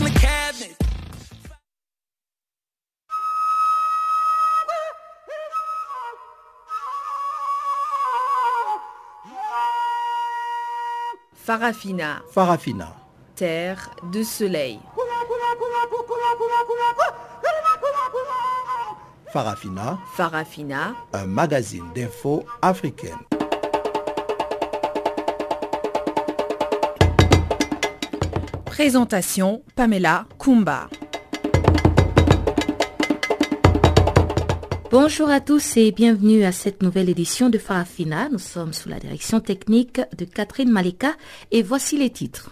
in the cabinet. Farafina. Farafina. Terre de soleil. Farafina. Farafina. Un magazine d'infos africaine. Présentation Pamela Kumba. Bonjour à tous et bienvenue à cette nouvelle édition de Farafina. Nous sommes sous la direction technique de Catherine Maleka et voici les titres.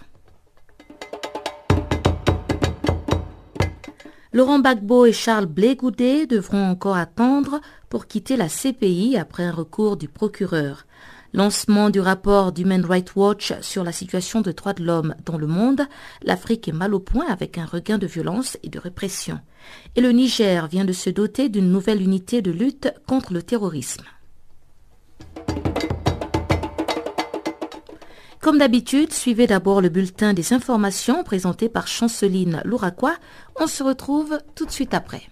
Laurent Gbagbo et Charles Blé Goudé devront encore attendre pour quitter la CPI après un recours du procureur. Lancement du rapport d'Human Rights Watch sur la situation des droits de l'homme dans le monde, l'Afrique est mal au point avec un regain de violence et de répression. Et le Niger vient de se doter d'une nouvelle unité de lutte contre le terrorisme. Comme d'habitude, suivez d'abord le bulletin des informations présenté par Chanceline Louraquois. On se retrouve tout de suite après.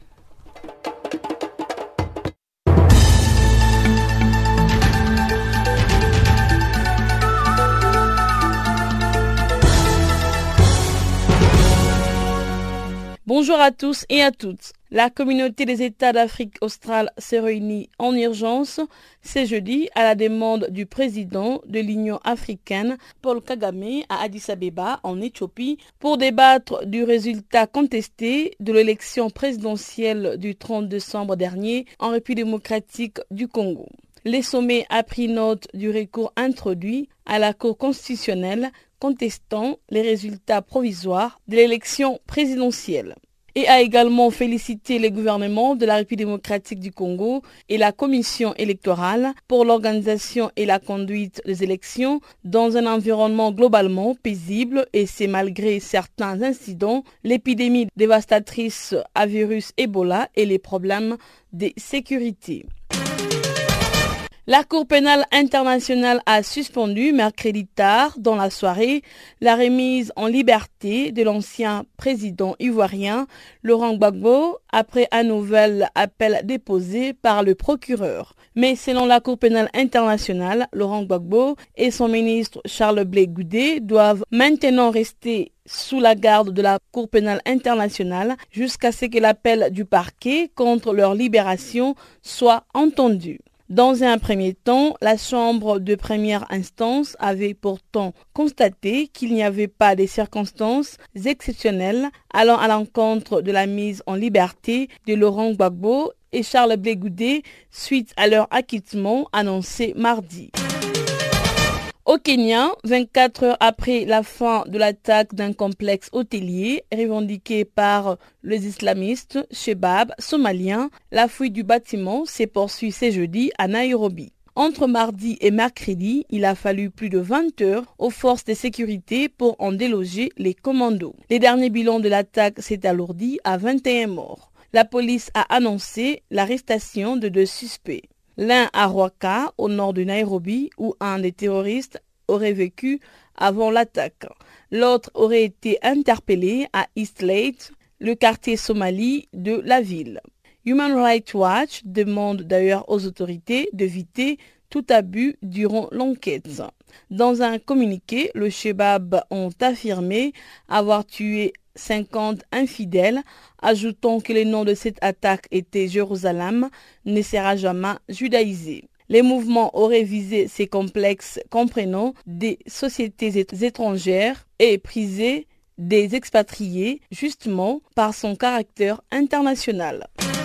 Bonjour à tous et à toutes. La communauté des États d'Afrique australe s'est réunie en urgence ce jeudi à la demande du président de l'Union africaine, Paul Kagame, à Addis Abeba, en Éthiopie, pour débattre du résultat contesté de l'élection présidentielle du 30 décembre dernier en République démocratique du Congo. Le sommet a pris note du recours introduit à la Cour constitutionnelle contestant les résultats provisoires de l'élection présidentielle et a également félicité le gouvernement de la République démocratique du Congo et la commission électorale pour l'organisation et la conduite des élections dans un environnement globalement paisible, et c'est malgré certains incidents, l'épidémie dévastatrice à virus Ebola et les problèmes de sécurité. La Cour pénale internationale a suspendu mercredi tard dans la soirée la remise en liberté de l'ancien président ivoirien Laurent Gbagbo après un nouvel appel déposé par le procureur. Mais selon la Cour pénale internationale, Laurent Gbagbo et son ministre Charles Blé Goudé doivent maintenant rester sous la garde de la Cour pénale internationale jusqu'à ce que l'appel du parquet contre leur libération soit entendu. Dans un premier temps, la Chambre de première instance avait pourtant constaté qu'il n'y avait pas de circonstances exceptionnelles allant à l'encontre de la mise en liberté de Laurent Gbagbo et Charles Blé Goudé suite à leur acquittement annoncé mardi. Au Kenya, 24 heures après la fin de l'attaque d'un complexe hôtelier revendiqué par les islamistes Shebab somaliens, la fuite du bâtiment s'est poursuivie ce jeudi à Nairobi. Entre mardi et mercredi, il a fallu plus de 20 heures aux forces de sécurité pour en déloger les commandos. Les derniers bilans de l'attaque s'est alourdi à 21 morts. La police a annoncé l'arrestation de 2 suspects. L'un à Rwaka, au nord de Nairobi, où un des terroristes aurait vécu avant l'attaque. L'autre aurait été interpellé à Eastlake, le quartier somali de la ville. Human Rights Watch demande d'ailleurs aux autorités d'éviter tout abus durant l'enquête. Dans un communiqué, le Shebab ont affirmé avoir tué 50 infidèles, ajoutant que le nom de cette attaque était Jérusalem ne sera jamais judaïsé. Les mouvements auraient visé ces complexes comprenant des sociétés étrangères et prisé des expatriés justement par son caractère international.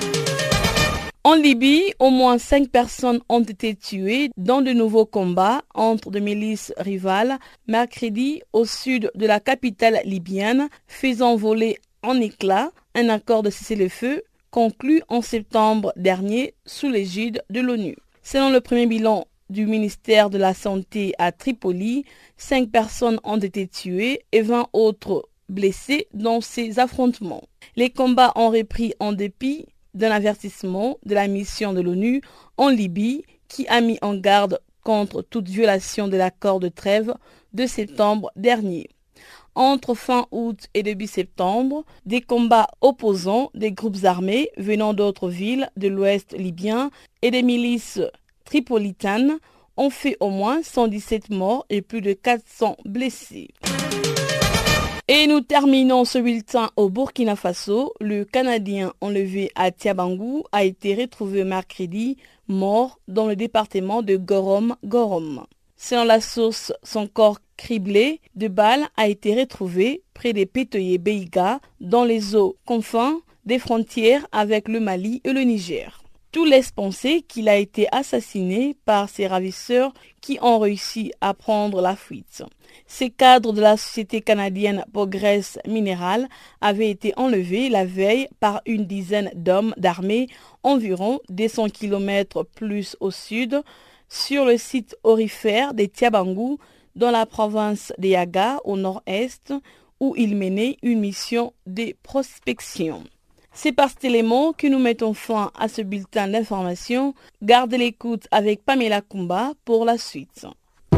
En Libye, au moins 5 personnes ont été tuées dans de nouveaux combats entre des milices rivales mercredi au sud de la capitale libyenne, faisant voler en éclats un accord de cessez-le-feu conclu en septembre dernier sous l'égide de l'ONU. Selon le premier bilan du ministère de la Santé à Tripoli, 5 personnes ont été tuées et 20 autres blessées dans ces affrontements. Les combats ont repris en dépit d'un avertissement de la mission de l'ONU en Libye qui a mis en garde contre toute violation de l'accord de trêve de septembre dernier. Entre fin août et début septembre, des combats opposants des groupes armés venant d'autres villes de l'ouest libyen et des milices tripolitaines ont fait au moins 117 morts et plus de 400 blessés. Et nous terminons ce bulletin au Burkina Faso. Le Canadien enlevé à Tiabangou a été retrouvé mercredi mort dans le département de Gorom. Selon la source, son corps criblé de balles a été retrouvé près des Pétoyé Beiga dans les eaux confins des frontières avec le Mali et le Niger. Tout laisse penser qu'il a été assassiné par ses ravisseurs qui ont réussi à prendre la fuite. Ces cadres de la société canadienne Progress Mineral avaient été enlevés la veille par une dizaine d'hommes d'armée environ 200 km plus au sud sur le site aurifère des Tiabangou dans la province de Yaga au nord-est où ils menaient une mission de prospection. C'est par cet élément que nous mettons fin à ce bulletin d'information. Gardez l'écoute avec Pamela Kumba pour la suite.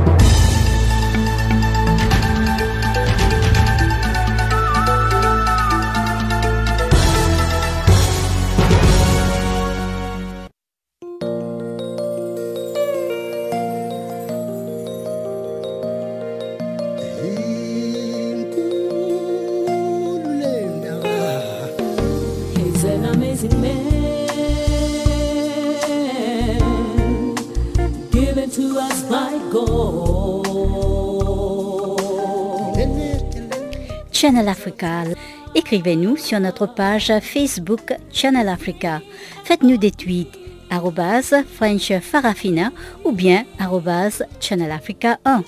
Channel Africa. Écrivez-nous sur notre page Facebook Channel Africa. Faites-nous des tweets @French Farafina ou bien @Channel Africa 1.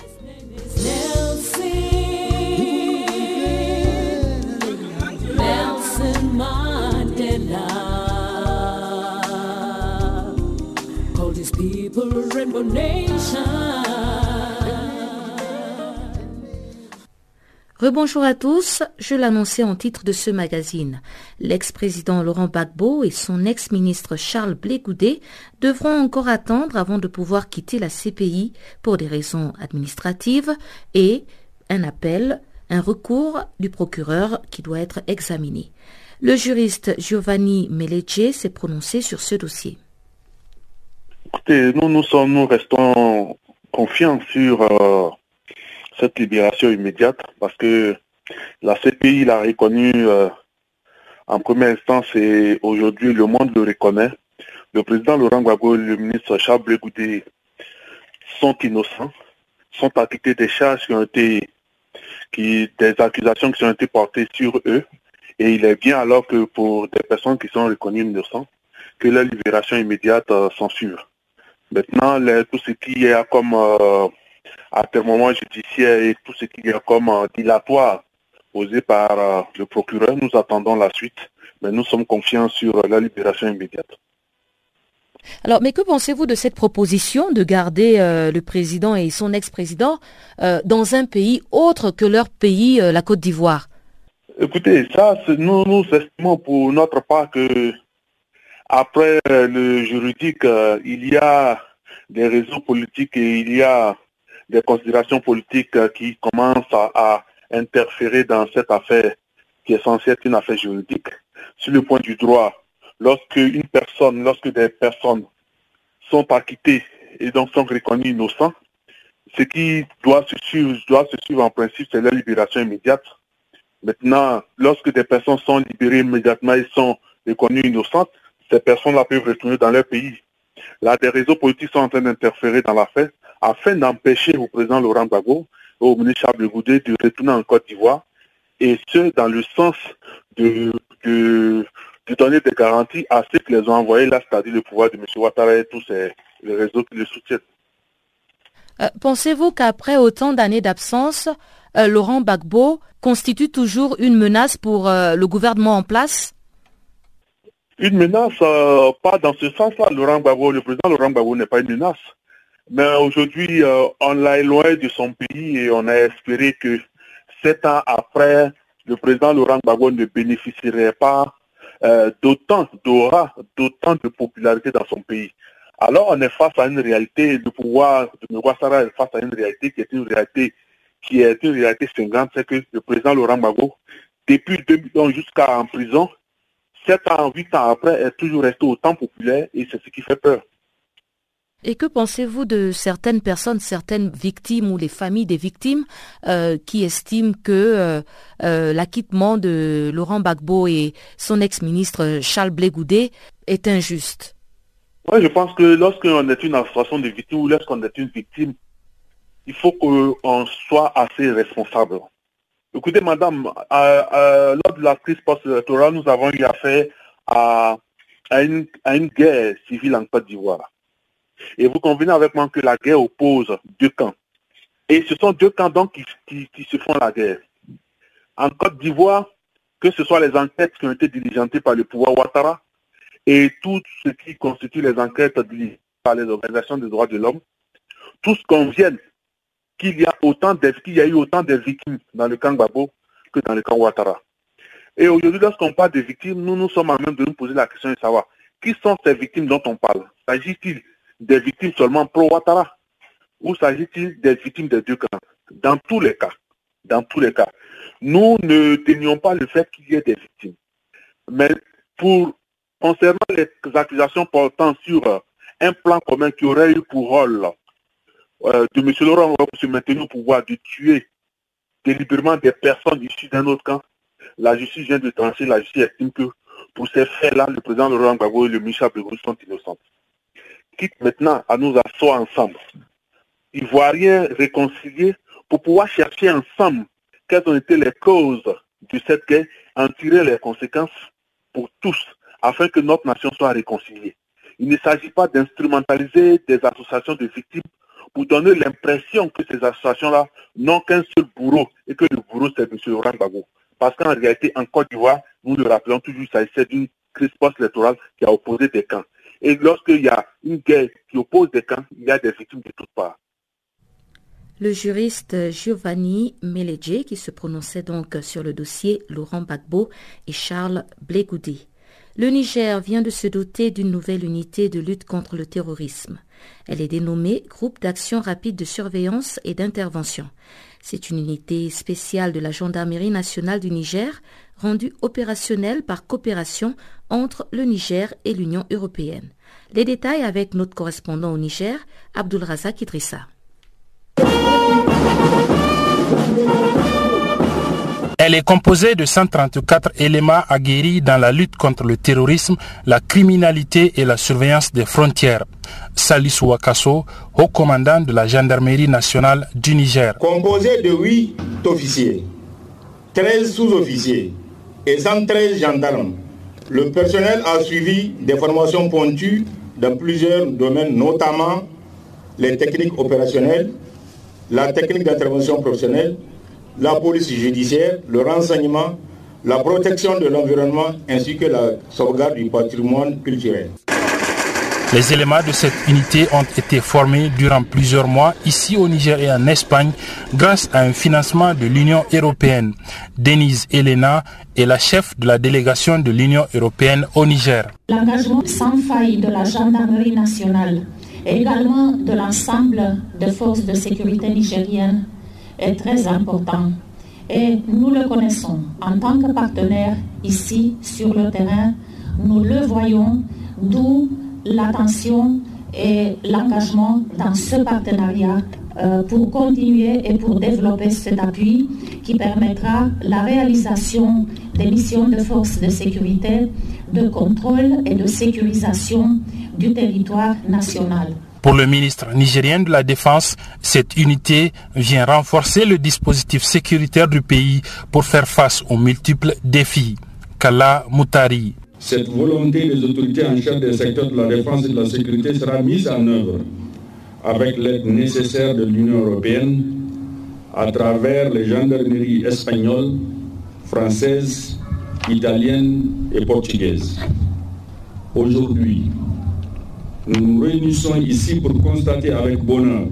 Rebonjour à tous, je l'annonçais en titre de ce magazine. L'ex-président Laurent Gbagbo et son ex-ministre Charles Blé Goudé devront encore attendre avant de pouvoir quitter la CPI pour des raisons administratives et un recours du procureur qui doit être examiné. Le juriste Giovanni Melegge s'est prononcé sur ce dossier. Écoutez, nous restons confiants sur cette libération immédiate parce que la CPI l'a reconnu en première instance et aujourd'hui le monde le reconnaît. Le président Laurent Gbagbo et le ministre Charles Blé Goudé sont innocents, sont acquittés des charges des accusations qui ont été portées sur eux et il est bien alors que pour des personnes qui sont reconnues innocentes que la libération immédiate s'ensuive. Maintenant, tout ce qui est comme atermoiement judiciaire et tout ce qui est comme dilatoire posé par le procureur, nous attendons la suite, mais nous sommes confiants sur la libération immédiate. Alors, mais que pensez-vous de cette proposition de garder le président et son ex-président dans un pays autre que leur pays, la Côte d'Ivoire? Écoutez, nous estimons pour notre part que après le juridique, il y a des raisons politiques et il y a des considérations politiques qui commencent à interférer dans cette affaire qui est censée être une affaire juridique. Sur le point du droit, lorsque des personnes sont acquittées et donc sont reconnues innocentes, ce qui doit se suivre en principe, c'est la libération immédiate. Maintenant, lorsque des personnes sont libérées immédiatement et sont reconnues innocentes, ces personnes-là peuvent retourner dans leur pays. Là, des réseaux politiques sont en train d'interférer dans l'affaire afin d'empêcher au président Laurent Gbagbo et au ministre Charles Blé Goudé de retourner en Côte d'Ivoire, et ce, dans le sens de donner des garanties à ceux qui les ont envoyés là, c'est-à-dire le pouvoir de M. Ouattara et tous les réseaux qui le soutiennent. Pensez-vous qu'après autant d'années d'absence, Laurent Gbagbo constitue toujours une menace pour le gouvernement en place? Une menace, pas dans ce sens-là. Le président Laurent Gbagbo n'est pas une menace. Mais aujourd'hui, on l'a éloigné de son pays et on a espéré que 7 ans après, le président Laurent Gbagbo ne bénéficierait pas d'autant d'aura, d'autant de popularité dans son pays. Alors on est face à une réalité, le pouvoir de M. Ouattara est face à une réalité qui est une réalité qui est une réalité sanglante, c'est que le président Laurent Gbagbo, depuis 2011 jusqu'à en prison, 7 ans, 8 ans après, est toujours resté autant populaire et c'est ce qui fait peur. Et que pensez-vous de certaines personnes, certaines victimes ou les familles des victimes qui estiment que l'acquittement de Laurent Gbagbo et son ex-ministre Charles Blé Goudé est injuste? Oui, je pense que lorsqu'on est une association de victimes ou lorsqu'on est une victime, il faut qu'on soit assez responsable. Écoutez, madame, lors de la crise post-électorale, nous avons eu affaire à une guerre civile en Côte d'Ivoire. Et vous convenez avec moi que la guerre oppose deux camps. Et ce sont deux camps donc qui se font la guerre. En Côte d'Ivoire, que ce soit les enquêtes qui ont été diligentées par le pouvoir Ouattara et tout ce qui constitue les enquêtes diligentées par les organisations des droits de l'homme, tous conviennent qu'il y a eu autant de victimes dans le camp Gbagbo que dans le camp Ouattara. Et aujourd'hui, lorsqu'on parle de victimes, nous sommes à même de nous poser la question de savoir qui sont ces victimes dont on parle. S'agit-il des victimes seulement pro-Ouattara ou s'agit-il des victimes des deux camps? Dans tous les cas, nous ne tenions pas le fait qu'il y ait des victimes. Mais concernant les accusations portant sur un plan commun qui aurait eu pour rôle de M. Laurent Gbagbo se maintenir au pouvoir, de tuer délibérément des personnes issues d'un autre camp, la justice vient de trancher, la justice estime que pour ces faits-là, le président Laurent Gbagbo et le ministre Blé Goudé sont innocents. Quitte maintenant à nous asseoir ensemble, Ivoiriens réconciliés, pour pouvoir chercher ensemble quelles ont été les causes de cette guerre, en tirer les conséquences pour tous, afin que notre nation soit réconciliée. Il ne s'agit pas d'instrumentaliser des associations de victimes pour donner l'impression que ces associations-là n'ont qu'un seul bourreau et que le bourreau c'est M. Laurent Gbagbo. Parce qu'en réalité, en Côte d'Ivoire, nous le rappelons toujours, il s'agissait d'une crise post-électorale qui a opposé des camps. Et lorsqu'il y a une guerre qui oppose des camps, il y a des victimes de toutes parts. Le juriste Giovanni Meledje qui se prononçait donc sur le dossier Laurent Gbagbo et Charles Blé Goudé. Le Niger vient de se doter d'une nouvelle unité de lutte contre le terrorisme. Elle est dénommée Groupe d'action rapide de surveillance et d'intervention. C'est une unité spéciale de la Gendarmerie nationale du Niger, rendue opérationnelle par coopération entre le Niger et l'Union européenne. Les détails avec notre correspondant au Niger, Abdulrazak Idrissa. Elle est composée de 134 éléments aguerris dans la lutte contre le terrorisme, la criminalité et la surveillance des frontières. Salisu Wakasso, haut commandant de la Gendarmerie nationale du Niger. Composé de 8 officiers, 13 sous-officiers et 113 gendarmes, le personnel a suivi des formations pointues dans plusieurs domaines, notamment les techniques opérationnelles, la technique d'intervention professionnelle, la police judiciaire, le renseignement, la protection de l'environnement ainsi que la sauvegarde du patrimoine culturel. Les éléments de cette unité ont été formés durant plusieurs mois ici au Niger et en Espagne grâce à un financement de l'Union européenne. Denise Elena est la chef de la délégation de l'Union européenne au Niger. L'engagement sans faille de la gendarmerie nationale et également de l'ensemble des forces de sécurité nigériennes est très important. Et nous le connaissons en tant que partenaire ici sur le terrain. Nous le voyons, d'où l'attention et l'engagement dans ce partenariat pour continuer et pour développer cet appui qui permettra la réalisation des missions de forces de sécurité, de contrôle et de sécurisation du territoire national. Pour le ministre nigérien de la Défense, cette unité vient renforcer le dispositif sécuritaire du pays pour faire face aux multiples défis. Kala Moutari. Cette volonté des autorités en charge des secteurs de la défense et de la sécurité sera mise en œuvre avec l'aide nécessaire de l'Union européenne à travers les gendarmeries espagnoles, françaises, italiennes et portugaises. Aujourd'hui, nous nous réunissons ici pour constater avec bonheur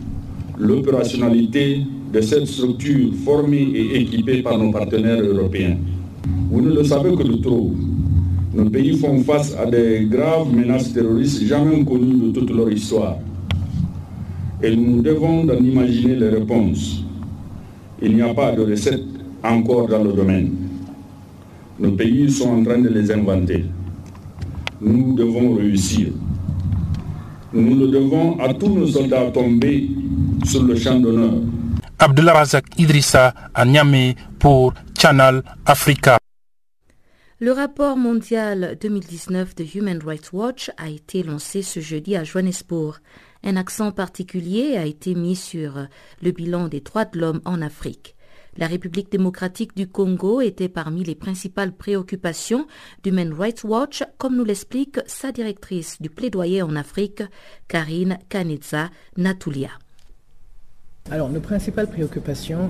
l'opérationnalité de cette structure formée et équipée par nos partenaires européens. Vous ne le savez que de trop. Nos pays font face à des graves menaces terroristes jamais connues de toute leur histoire. Et nous devons en imaginer les réponses. il n'y a pas de recettes encore dans le domaine. Nos pays sont en train de les inventer. Nous devons réussir. Nous le devons à tous nos soldats tombés sur le champ d'honneur. Abdullah Razak Idrissa à Niamey pour Channel Africa. Le rapport mondial 2019 de Human Rights Watch a été lancé ce jeudi à Johannesburg. Un accent particulier a été mis sur le bilan des droits de l'homme en Afrique. La République démocratique du Congo était parmi les principales préoccupations d'Human Rights Watch, comme nous l'explique sa directrice du plaidoyer en Afrique, Karine Kaneza Natulia. Alors, nos principales préoccupations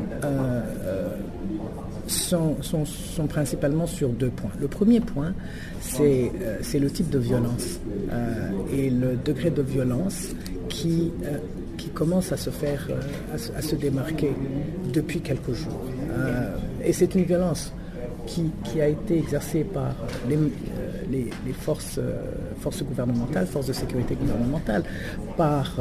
sont principalement sur 2 points. Le premier point, c'est le type de violence et le degré de violence qui commence à se démarquer depuis quelques jours. Et c'est une violence qui a été exercée par les forces gouvernementales, forces de sécurité gouvernementales, par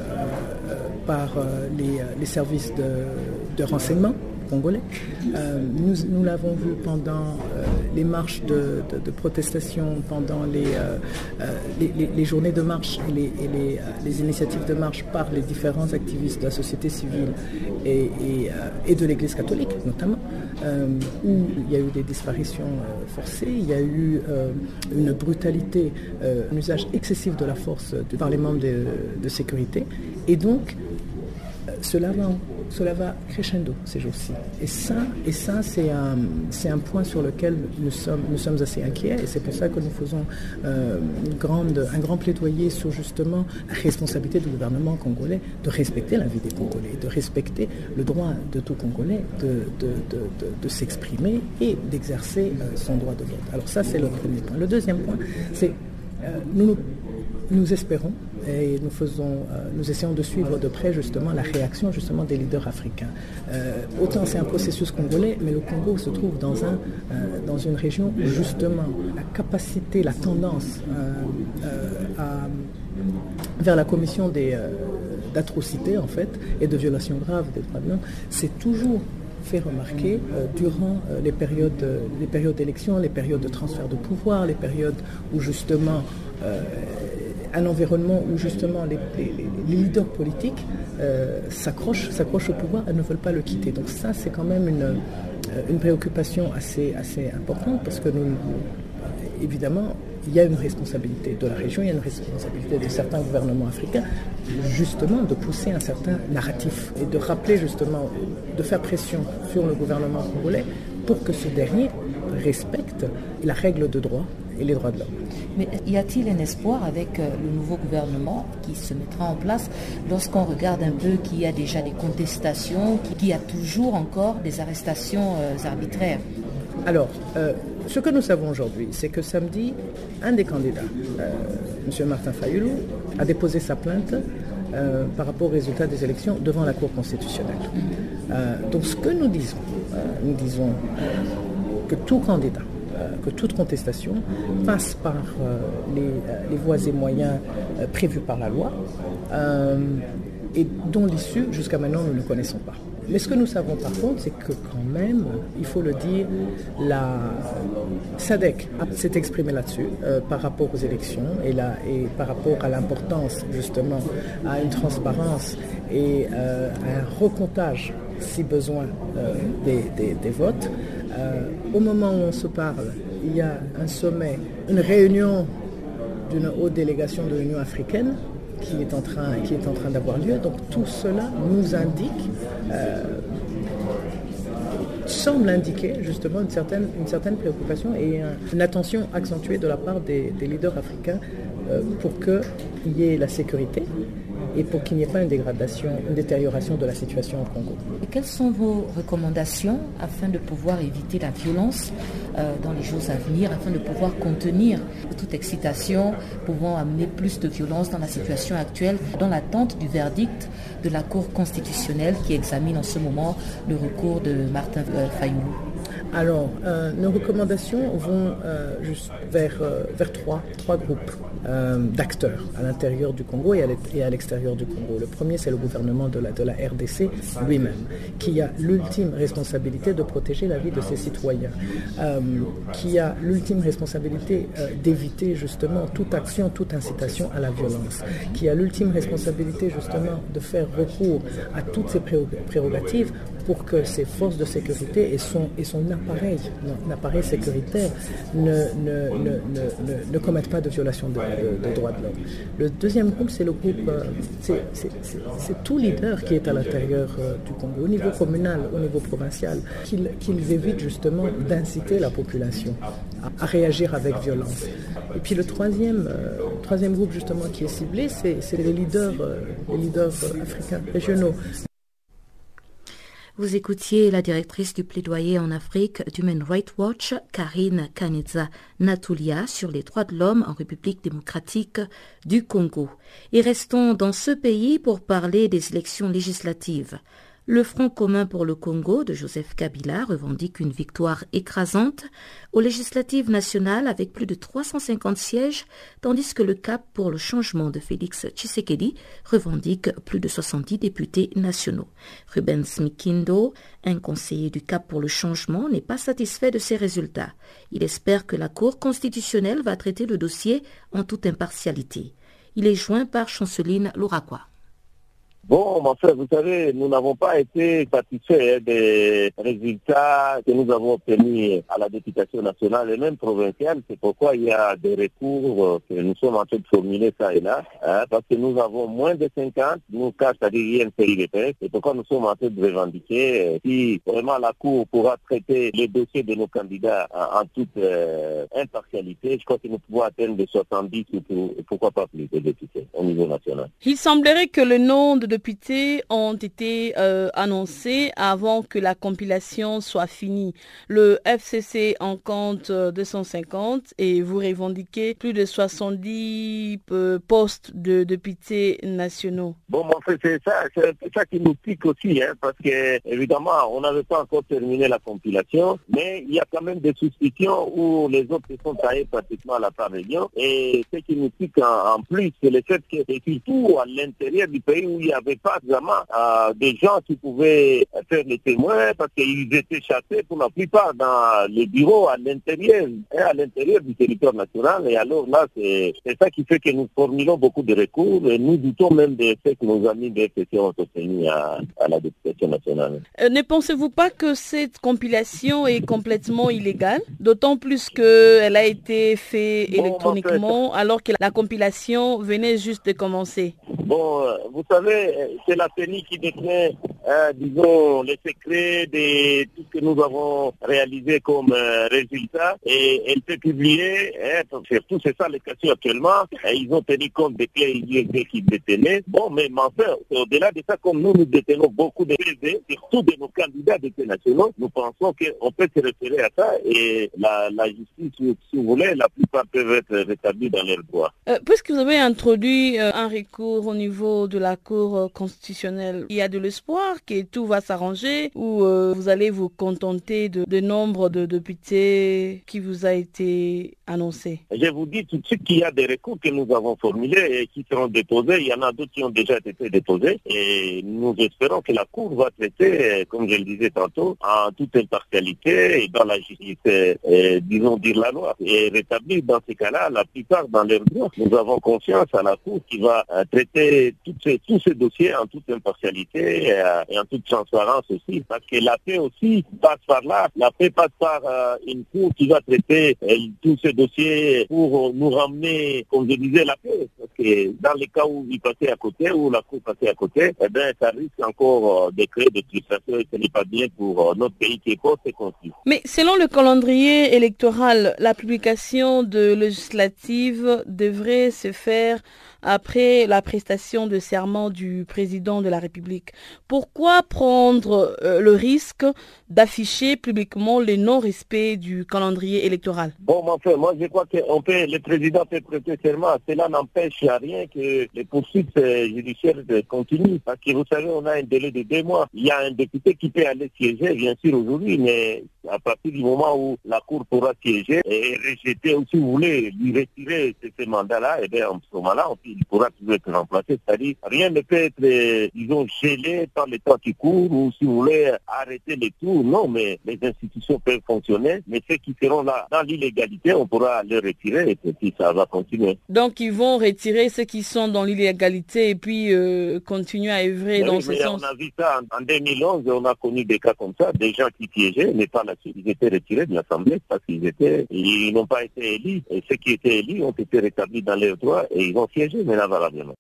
les services de renseignement congolais. Nous l'avons vu pendant les marches de protestation, pendant les journées de marche et les initiatives de marche par les différents activistes de la société civile et de l'Église catholique notamment, où il y a eu des disparitions forcées, il y a eu une brutalité, un usage excessif de la force par les membres de sécurité, et donc cela va crescendo ces jours-ci. Et ça c'est un point sur lequel nous sommes assez inquiets, et c'est pour ça que nous faisons un grand plaidoyer sur justement la responsabilité du gouvernement congolais de respecter la vie des Congolais, de respecter le droit de tout Congolais de s'exprimer et d'exercer son droit de vote. Alors ça, c'est le premier point. Le deuxième point, c'est nous espérons et nous essayons de suivre de près justement la réaction justement des leaders africains. Autant c'est un processus congolais, mais le Congo se trouve dans une région où justement la capacité, la tendance vers la commission d'atrocités en fait et de violations graves des droits de l'homme, c'est toujours fait remarquer durant les périodes d'élection, les périodes de transfert de pouvoir, les périodes où justement un environnement où justement les leaders politiques s'accrochent au pouvoir et ne veulent pas le quitter. Donc ça, c'est quand même une préoccupation assez importante, parce que évidemment, il y a une responsabilité de la région, il y a une responsabilité de certains gouvernements africains, justement de pousser un certain narratif et de rappeler justement, de faire pression sur le gouvernement congolais pour que ce dernier respecte la règle de droit et les droits de l'homme. Mais y a-t-il un espoir avec le nouveau gouvernement qui se mettra en place lorsqu'on regarde un peu qu'il y a déjà des contestations, qu'il y a toujours encore des arrestations arbitraires? Alors, ce que nous savons aujourd'hui, c'est que samedi, un des candidats, M. Martin Fayulu, a déposé sa plainte par rapport aux résultats des élections devant la Cour constitutionnelle. Donc ce que nous disons que tout candidat, que toute contestation passe par les voies et moyens prévus par la loi et dont l'issue, jusqu'à maintenant, nous ne connaissons pas. Mais ce que nous savons par contre, c'est que quand même, il faut le dire, la SADC s'est exprimée là-dessus par rapport aux élections et par rapport à l'importance justement à une transparence et à un recomptage, si besoin, des votes. Au moment où on se parle, il y a un sommet, une réunion d'une haute délégation de l'Union africaine qui est en train d'avoir lieu. Donc tout cela nous indique, semble indiquer justement une certaine préoccupation et une attention accentuée de la part des leaders africains pour qu'il y ait la sécurité et pour qu'il n'y ait pas une détérioration de la situation au Congo. Et quelles sont vos recommandations afin de pouvoir éviter la violence dans les jours à venir, afin de pouvoir contenir toute excitation pouvant amener plus de violence dans la situation actuelle, dans l'attente du verdict de la Cour constitutionnelle qui examine en ce moment le recours de Martin Fayulu? Alors, nos recommandations vont juste vers trois groupes d'acteurs à l'intérieur du Congo et à l'extérieur du Congo. Le premier, c'est le gouvernement de la RDC lui-même, qui a l'ultime responsabilité de protéger la vie de ses citoyens, qui a l'ultime responsabilité d'éviter justement toute action, toute incitation à la violence, qui a l'ultime responsabilité justement de faire recours à toutes ses prérogatives pour que ses forces de sécurité et son appareil sécuritaire ne commettent pas de violation de droits de l'homme. Le deuxième groupe, c'est le groupe, c'est tout leader qui est à l'intérieur du Congo, au niveau communal, au niveau provincial, qu'ils évitent justement d'inciter la population à réagir avec violence. Et puis le troisième groupe justement qui est ciblé, c'est les leaders africains régionaux. Vous écoutiez la directrice du plaidoyer en Afrique d'Human Rights Watch, Karine Kaneza-Natulia, sur les droits de l'homme en République démocratique du Congo. Et restons dans ce pays pour parler des élections législatives. Le Front commun pour le Congo de Joseph Kabila revendique une victoire écrasante aux législatives nationales avec plus de 350 sièges, tandis que le Cap pour le changement de Félix Tshisekedi revendique plus de 70 députés nationaux. Rubens Mikindo, un conseiller du Cap pour le changement, n'est pas satisfait de ces résultats. Il espère que la Cour constitutionnelle va traiter le dossier en toute impartialité. Il est joint par Chanceline Louraquois. Bon, mon frère, vous savez, nous n'avons pas été satisfaits des résultats que nous avons obtenus à la députation nationale et même provinciale. C'est pourquoi il y a des recours que nous sommes en train de formuler ça et là, parce que nous avons moins de 50, nous cas, c'est-à-dire il y a une série de textes. C'est pourquoi nous sommes en train de revendiquer si vraiment la Cour pourra traiter les dossiers de nos candidats en toute impartialité. Je crois que nous pouvons atteindre de 70 ou pourquoi pas plus de députés au niveau national. Il semblerait que le nom de députés ont été annoncés avant que la compilation soit finie. Le FCC en compte 250 et vous revendiquez plus de 70 postes de députés nationaux. Bon, en fait, c'est ça qui nous pique aussi, parce que évidemment, on n'avait pas encore terminé la compilation, mais il y a quand même des suspicions où les autres se sont taillés pratiquement à la parélion. Et ce qui nous pique en plus, c'est le fait que c'est surtout à l'intérieur du pays où il y avait pas vraiment des gens qui pouvaient faire les témoins parce qu'ils étaient chassés pour la plupart dans les bureaux à l'intérieur du territoire national. Et alors là, c'est ça qui fait que nous formulons beaucoup de recours et nous doutons même des faits que nos amis des FCC ont obtenus à la députation nationale. Ne pensez-vous pas que cette compilation est complètement illégale? D'autant plus qu'elle a été faite électroniquement alors que la compilation venait juste de commencer. Bon, vous savez, c'est la CENI qui détient, disons, les secrets de tout ce que nous avons réalisé comme résultat et elle peut publier, surtout c'est ça les questions actuellement, ils ont tenu compte des clés USB qu'ils détenaient. Bon, mais enfin, au-delà de ça, comme nous détenons beaucoup de clés, surtout de nos candidats d'État nationaux, nous pensons qu'on peut se référer à ça et la justice, si vous voulez, la plupart peuvent être rétablis dans leurs droits. Puisque vous avez introduit un recours au niveau de la Cour constitutionnelle, il y a de l'espoir que tout va s'arranger ou vous allez vous contenter de nombre de députés qui vous a été annoncé? Je vous dis tout de suite qu'il y a des recours que nous avons formulés et qui seront déposés. Il y en a d'autres qui ont déjà été déposés et nous espérons que la Cour va traiter, comme je le disais tantôt, en toute impartialité et dans la justice, disons dire la loi et rétablir dans ces cas-là la plupart dans leurs droits. Nous avons confiance à la Cour qui va traiter tous ces dossiers en toute impartialité et en toute transparence aussi, parce que la paix aussi passe par là. La paix passe par une Cour qui va traiter tous ces dossiers pour nous ramener, comme je disais, la paix. Parce que dans les cas où il passait à côté, où la Cour passait à côté, ça risque encore de créer des frustrations et ce n'est pas bien pour notre pays qui est post et conflit. Mais selon le calendrier électoral, la publication de législative devrait se faire après la prestation de serment du président de la République. pourquoi prendre le risque d'afficher publiquement le non-respect du calendrier électoral? Bon, enfin, moi je crois que le président peut prêter serment. Cela n'empêche à rien que les poursuites judiciaires continuent. Parce que vous savez, on a un délai de 2 mois. Il y a un député qui peut aller siéger, bien sûr, aujourd'hui, mais à partir du moment où la Cour pourra siéger et rejeter, ou si vous voulez, lui retirer ce mandat-là, et bien en ce moment-là, il pourra toujours être remplacé. C'est-à-dire, rien ne peut être, disons, gelé par le temps qui court, ou si vous voulez, arrêter les tours. Non, mais les institutions peuvent fonctionner, mais ceux qui seront là dans l'illégalité, on pourra les retirer et puis ça va continuer. Donc ils vont retirer ceux qui sont dans l'illégalité et puis continuer à œuvrer dans ce sens. On a vu ça en 2011, on a connu des cas comme ça, des gens qui piégeaient, mais par la suite ils étaient retirés de l'Assemblée parce ils n'ont pas été élus. Et ceux qui étaient élus ont été rétablis dans les droits et ils ont siégé, mais là, valablement.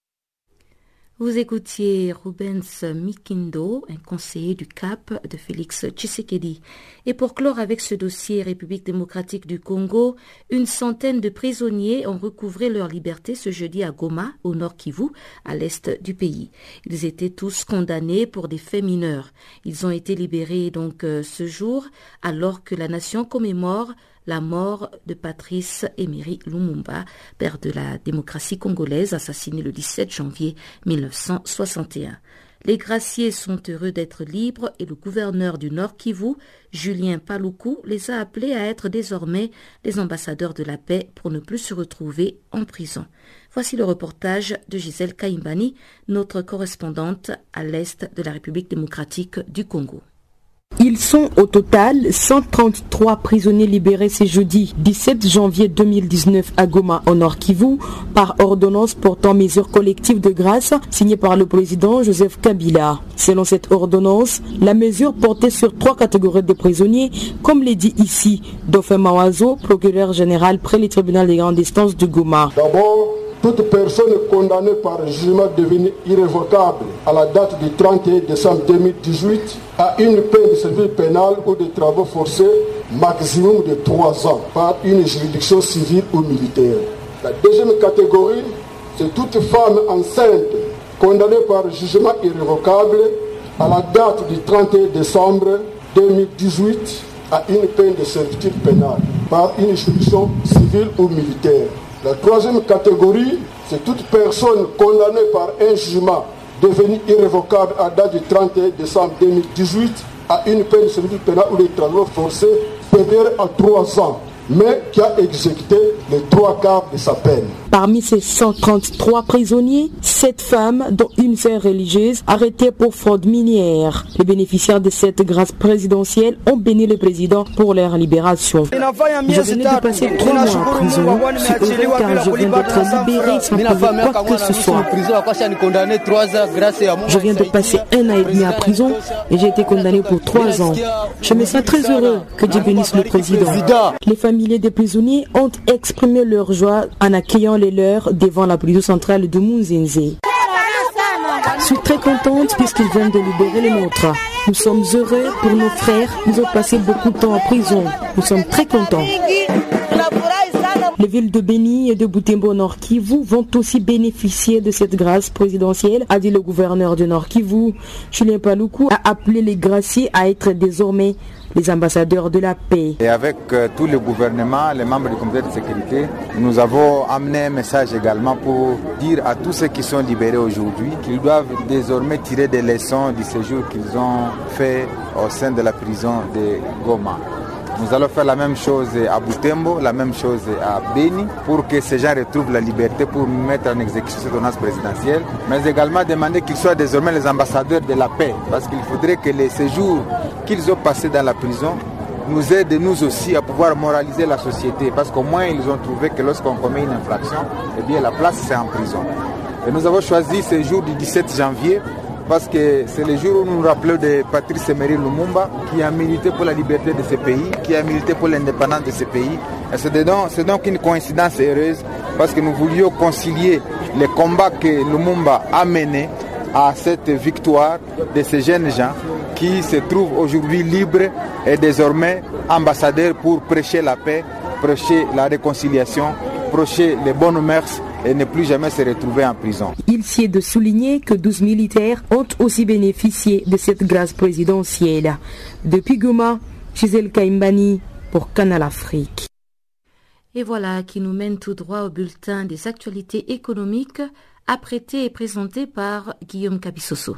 Vous écoutiez Rubens Mikindo, un conseiller du CAP de Félix Tshisekedi. Et pour clore avec ce dossier République démocratique du Congo, une centaine de prisonniers ont recouvré leur liberté ce jeudi à Goma, au nord Kivu, à l'est du pays. Ils étaient tous condamnés pour des faits mineurs. Ils ont été libérés donc ce jour, alors que la nation commémore la mort de Patrice Emery Lumumba, père de la démocratie congolaise, assassiné le 17 janvier 1961. Les graciés sont heureux d'être libres et le gouverneur du Nord Kivu, Julien Paluku, les a appelés à être désormais les ambassadeurs de la paix pour ne plus se retrouver en prison. Voici le reportage de Gisèle Kaimbani, notre correspondante à l'est de la République démocratique du Congo. Ils sont au total 133 prisonniers libérés ce jeudi 17 janvier 2019 à Goma, au Nord Kivu, par ordonnance portant mesures collectives de grâce signée par le président Joseph Kabila. Selon cette ordonnance, la mesure portait sur 3 catégories de prisonniers, comme l'est dit ici Dauphin Mawazo, procureur général près le tribunal des grandes instances de Goma. D'abord, toute personne condamnée par un jugement devenu irrévocable à la date du 31 décembre 2018 a une peine de service pénal ou de travaux forcés maximum de 3 ans par une juridiction civile ou militaire. La deuxième catégorie, c'est toute femme enceinte condamnée par un jugement irrévocable à la date du 31 décembre 2018 à une peine de servitude pénale par une juridiction civile ou militaire. La troisième catégorie, c'est toute personne condamnée par un jugement devenu irrévocable à date du 31 décembre 2018 à une peine de servitude pénale ou de travaux forcés supérieure à 3 ans, mais qui a exécuté les 3/4 de sa peine. Parmi ces 133 prisonniers, 7 femmes, dont une sœur religieuse, arrêtées pour fraude minière. Les bénéficiaires de cette grâce présidentielle ont béni le président pour leur libération. Je venais de passer 3 mois en prison. Je suis heureux car je viens d'être libéré sans payer quoi que ce soit. Je viens de passer 1 an et demi en prison et j'ai été condamné pour 3 ans. Je me sens très heureux que Dieu bénisse le président. Les familiers des prisonniers ont exprimé leur joie en accueillant les leurs devant la prison centrale de Munzenze. Je suis très contente puisqu'ils viennent de libérer les nôtres. Nous sommes heureux pour nos frères. Ils ont passé beaucoup de temps en prison. Nous sommes très contents. Les villes de Beni et de Butembo Nord Kivu vont aussi bénéficier de cette grâce présidentielle, a dit le gouverneur du Nord Kivu. Julien Paluku a appelé les graciés à être désormais les ambassadeurs de la paix. Et avec tout le gouvernement, les membres du comité de sécurité, nous avons amené un message également pour dire à tous ceux qui sont libérés aujourd'hui qu'ils doivent désormais tirer des leçons du séjour qu'ils ont fait au sein de la prison de Goma. Nous allons faire la même chose à Butembo, la même chose à Beni, pour que ces gens retrouvent la liberté pour mettre en exécution cette ordonnance présidentielle, mais également demander qu'ils soient désormais les ambassadeurs de la paix, parce qu'il faudrait que les séjours qu'ils ont passés dans la prison nous aident nous aussi à pouvoir moraliser la société, parce qu'au moins ils ont trouvé que lorsqu'on commet une infraction, eh bien la place c'est en prison. Et nous avons choisi ce jour du 17 janvier parce que c'est le jour où nous nous rappelons de Patrice Emery Lumumba qui a milité pour la liberté de ce pays, qui a milité pour l'indépendance de ce pays. Et c'est donc une coïncidence heureuse parce que nous voulions concilier les combats que Lumumba a menés à cette victoire de ces jeunes gens qui se trouvent aujourd'hui libres et désormais ambassadeurs pour prêcher la paix, prêcher la réconciliation, prêcher les bonnes mœurs et ne plus jamais se retrouver en prison. Il s'y est de souligner que 12 militaires ont aussi bénéficié de cette grâce présidentielle. Depuis Goma, Gisèle Kaimbani pour Canal Afrique. Et voilà qui nous mène tout droit au bulletin des actualités économiques, apprêté et présenté par Guillaume Kabissoso.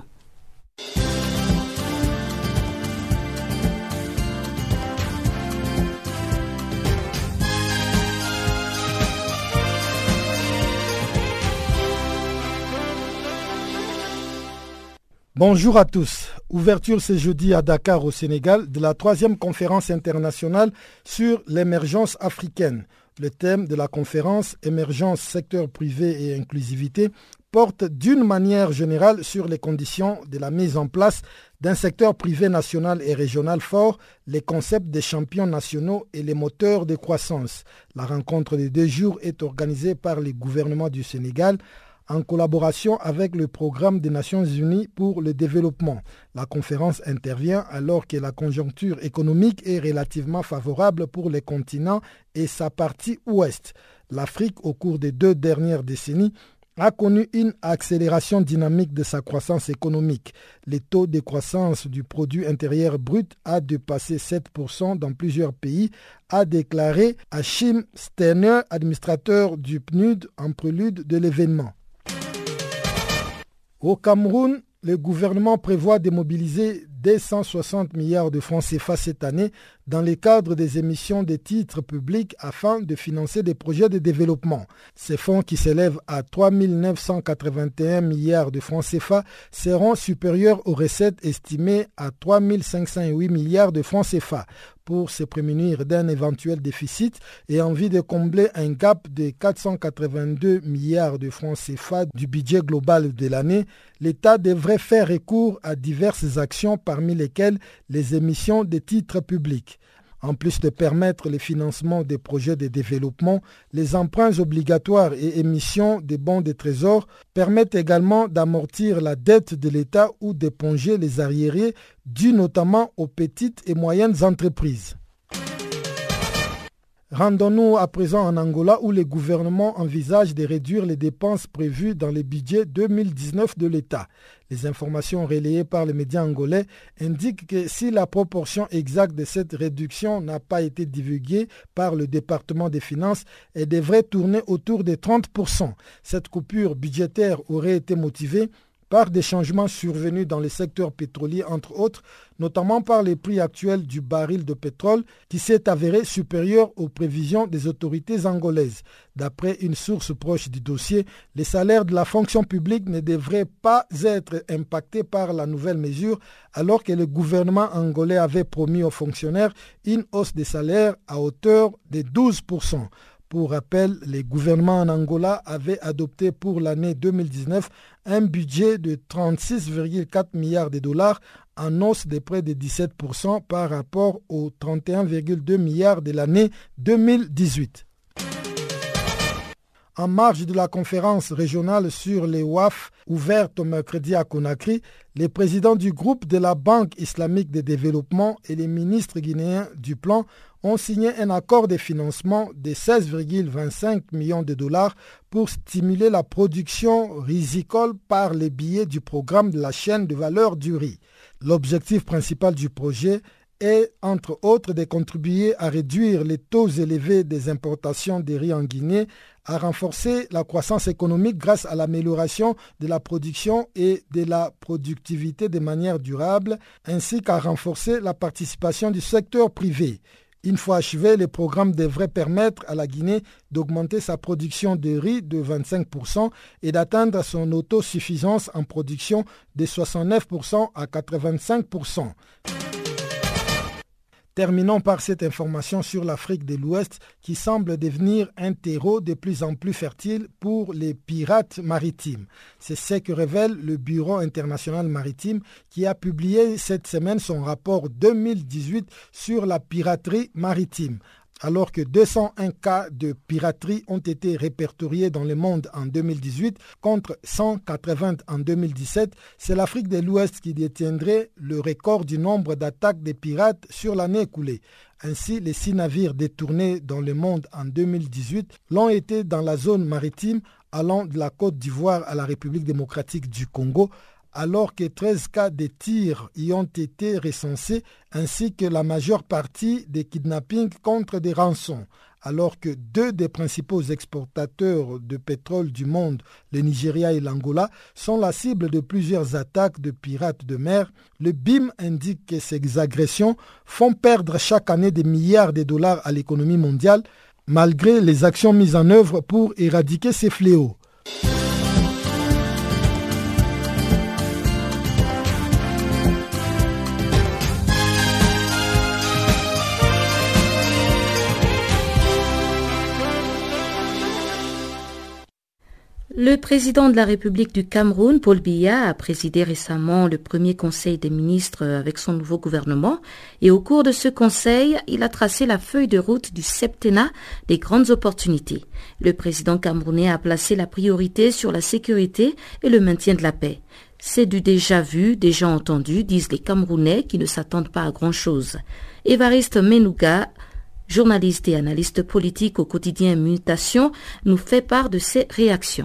Bonjour à tous. Ouverture ce jeudi à Dakar au Sénégal de la 3e conférence internationale sur l'émergence africaine. Le thème de la conférence Émergence, secteur privé et inclusivité porte d'une manière générale sur les conditions de la mise en place d'un secteur privé national et régional fort, les concepts des champions nationaux et les moteurs de croissance. La rencontre des 2 jours est organisée par le gouvernement du Sénégal en collaboration avec le Programme des Nations Unies pour le développement. La conférence intervient alors que la conjoncture économique est relativement favorable pour le continent et sa partie ouest. L'Afrique, au cours des 2 dernières décennies, a connu une accélération dynamique de sa croissance économique. Le taux de croissance du produit intérieur brut a dépassé 7% dans plusieurs pays, a déclaré Hachim Sterner, administrateur du PNUD, en prélude de l'événement. Au Cameroun, le gouvernement prévoit de mobiliser 260 milliards de francs CFA cette année dans le cadre des émissions de titres publics afin de financer des projets de développement. Ces fonds, qui s'élèvent à 3 981 milliards de francs CFA, seront supérieurs aux recettes estimées à 3 508 milliards de francs CFA. Pour se prémunir d'un éventuel déficit et en vue de combler un gap de 482 milliards de francs CFA du budget global de l'année, l'État devrait faire recours à diverses actions parmi lesquelles les émissions de titres publics. En plus de permettre le financement des projets de développement, les emprunts obligatoires et émissions de bons de trésor permettent également d'amortir la dette de l'État ou d'éponger les arriérés dus notamment aux petites et moyennes entreprises. Rendons-nous à présent en Angola où le gouvernement envisage de réduire les dépenses prévues dans le budget 2019 de l'État. Les informations relayées par les médias angolais indiquent que si la proportion exacte de cette réduction n'a pas été divulguée par le département des finances, elle devrait tourner autour de 30%. Cette coupure budgétaire aurait été motivée par des changements survenus dans le secteur pétrolier, entre autres, notamment par les prix actuels du baril de pétrole qui s'est avéré supérieur aux prévisions des autorités angolaises. D'après une source proche du dossier, les salaires de la fonction publique ne devraient pas être impactés par la nouvelle mesure, alors que le gouvernement angolais avait promis aux fonctionnaires une hausse des salaires à hauteur de 12%. Pour rappel, le gouvernement en Angola avait adopté pour l'année 2019 un budget de 36,4 milliards de dollars en hausse de près de 17% par rapport aux 31,2 milliards de l'année 2018. En marge de la conférence régionale sur les WAF ouverte mercredi à Conakry, les présidents du groupe de la Banque islamique de développement et les ministres guinéens du plan ont signé un accord de financement de 16,25 millions de dollars pour stimuler la production risicole par les billets du programme de la chaîne de valeur du riz. L'objectif principal du projet est, entre autres, de contribuer à réduire les taux élevés des importations de riz en Guinée, à renforcer la croissance économique grâce à l'amélioration de la production et de la productivité de manière durable, ainsi qu'à renforcer la participation du secteur privé. Une fois achevé, le programme devrait permettre à la Guinée d'augmenter sa production de riz de 25% et d'atteindre son autosuffisance en production de 69% à 85%. Terminons par cette information sur l'Afrique de l'Ouest qui semble devenir un terreau de plus en plus fertile pour les pirates maritimes. C'est ce que révèle le Bureau international maritime qui a publié cette semaine son rapport 2018 sur la piraterie maritime. Alors que 201 cas de piraterie ont été répertoriés dans le monde en 2018 contre 180 en 2017, c'est l'Afrique de l'Ouest qui détiendrait le record du nombre d'attaques des pirates sur l'année écoulée. Ainsi, les 6 navires détournés dans le monde en 2018 l'ont été dans la zone maritime allant de la Côte d'Ivoire à la République démocratique du Congo, alors que 13 cas de tirs y ont été recensés, ainsi que la majeure partie des kidnappings contre des rançons. Alors que 2 des principaux exportateurs de pétrole du monde, le Nigeria et l'Angola, sont la cible de plusieurs attaques de pirates de mer, le BIM indique que ces agressions font perdre chaque année des milliards de dollars à l'économie mondiale, malgré les actions mises en œuvre pour éradiquer ces fléaux. Le président de la République du Cameroun, Paul Biya, a présidé récemment le premier conseil des ministres avec son nouveau gouvernement et au cours de ce conseil, il a tracé la feuille de route du septennat des grandes opportunités. Le président camerounais a placé la priorité sur la sécurité et le maintien de la paix. C'est du déjà vu, déjà entendu, disent les Camerounais qui ne s'attendent pas à grand-chose. Évariste Menouga, journaliste et analyste politique au quotidien Mutation, nous fait part de ses réactions.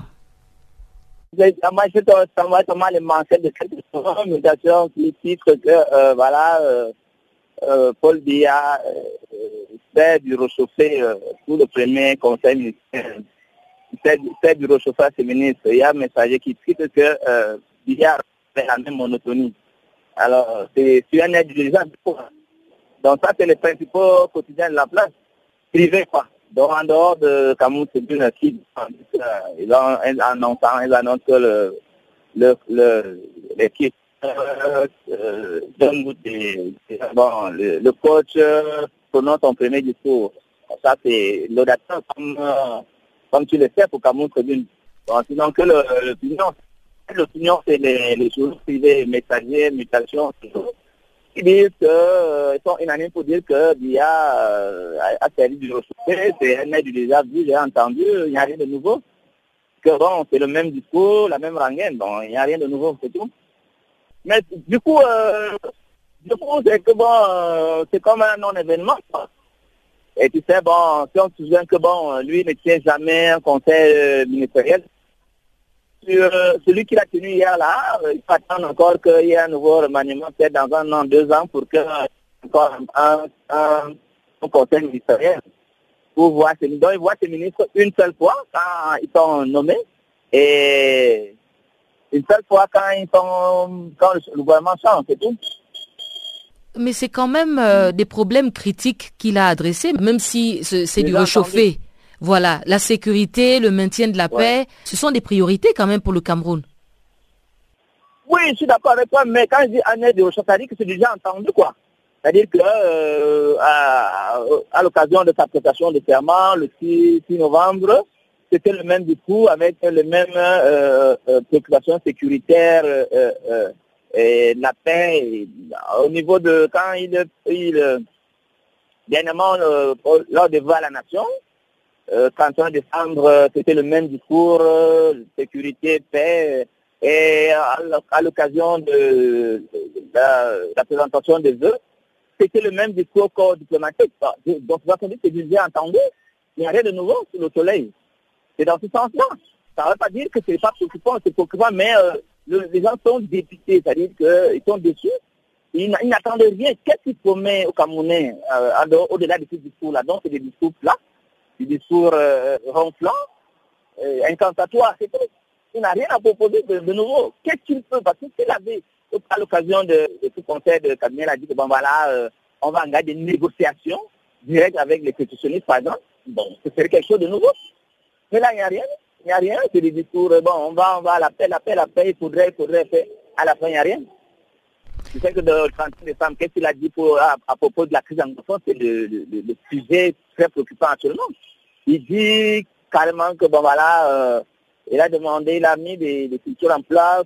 Moi, je suis les mentions de cette mutation qui titre que Paul Biya fait du réchauffé pour le premier conseil ministériel. Il fait du réchauffé à ses ministres. Il y a un messager qui titre que Biya fait la même monotonie. Alors, c'est un aide dirigeable. Donc ça, c'est les principaux quotidiens de la place, privés quoi. Donc en dehors de Cameroun, c'est une cible. Ils annoncent que l'équipe donne le coach prononce son premier discours. Ça, c'est l'audateur, comme tu le sais pour Cameroun Tribune. Sinon que l'opinion, c'est les journaux privés, messagers, mutations, ils disent qu'ils sont unanimes pour dire que Biya a servi du ressourcé, c'est un aide déjà vu, j'ai entendu, il n'y a rien de nouveau. Que bon, c'est le même discours, la même rengaine, bon, il n'y a rien de nouveau, c'est tout. Mais du coup, c'est que bon, c'est comme un non-événement. Et tu sais, bon, si on se souvient que bon, lui ne tient jamais un conseil ministériel. Celui qui l'a tenu hier là, il faut attendre encore qu'il y ait un nouveau remaniement, peut-être dans 1 an, 2 ans, pour que encore un conseil ministériel pour voir ces ministres. Donc, ils voient ces ministres une seule fois quand ils sont nommés et une seule fois quand le gouvernement change, c'est tout. Mais c'est quand même des problèmes critiques qu'il a adressés, même si c'est du réchauffé. Voilà, la sécurité, le maintien de la paix, ce sont des priorités quand même pour le Cameroun. Oui, je suis d'accord avec toi, mais quand je dis année de recherche, ça dit que c'est déjà entendu, quoi. C'est-à-dire que à l'occasion de sa prestation de serment, le 6 novembre, c'était le même discours avec les mêmes préoccupations sécuritaires et la paix. Et, au niveau de quand dernièrement, lors des voix à la nation, 31 décembre, c'était le même discours, sécurité, paix, et à l'occasion de la présentation des vœux, c'était le même discours corps diplomatique. Donc, c'est déjà entendu, il n'y a rien de nouveau sur le soleil. C'est dans ce sens-là. Ça ne veut pas dire que ce n'est pas préoccupant, c'est préoccupant, mais les gens sont dépités, c'est-à-dire qu'ils sont déçus. Ils n'attendent rien. Qu'est-ce qu'il promet aux Camerounais au-delà de ce discours-là? Donc, c'est des discours plats. Du discours ronflant, incantatoire, c'est tout. Il n'a rien à proposer de nouveau. Qu'est-ce qu'il peut? Parce que s'il avait, à l'occasion de ce conseil de cabinet, il a dit que bon voilà, on va engager des négociations directes avec les pétitionnistes, par exemple. Bon, ce serait quelque chose de nouveau. Mais là, il n'y a rien. Il n'y a rien. C'est des discours, bon, on va à la paix, il faudrait faire. À la fin, il n'y a rien. Tu sais que le 31 décembre, qu'est-ce qu'il a dit à propos de la crise anglophone? C'est le sujet très préoccupant actuellement. Il dit carrément que bon voilà, il a demandé, il a mis des structures en place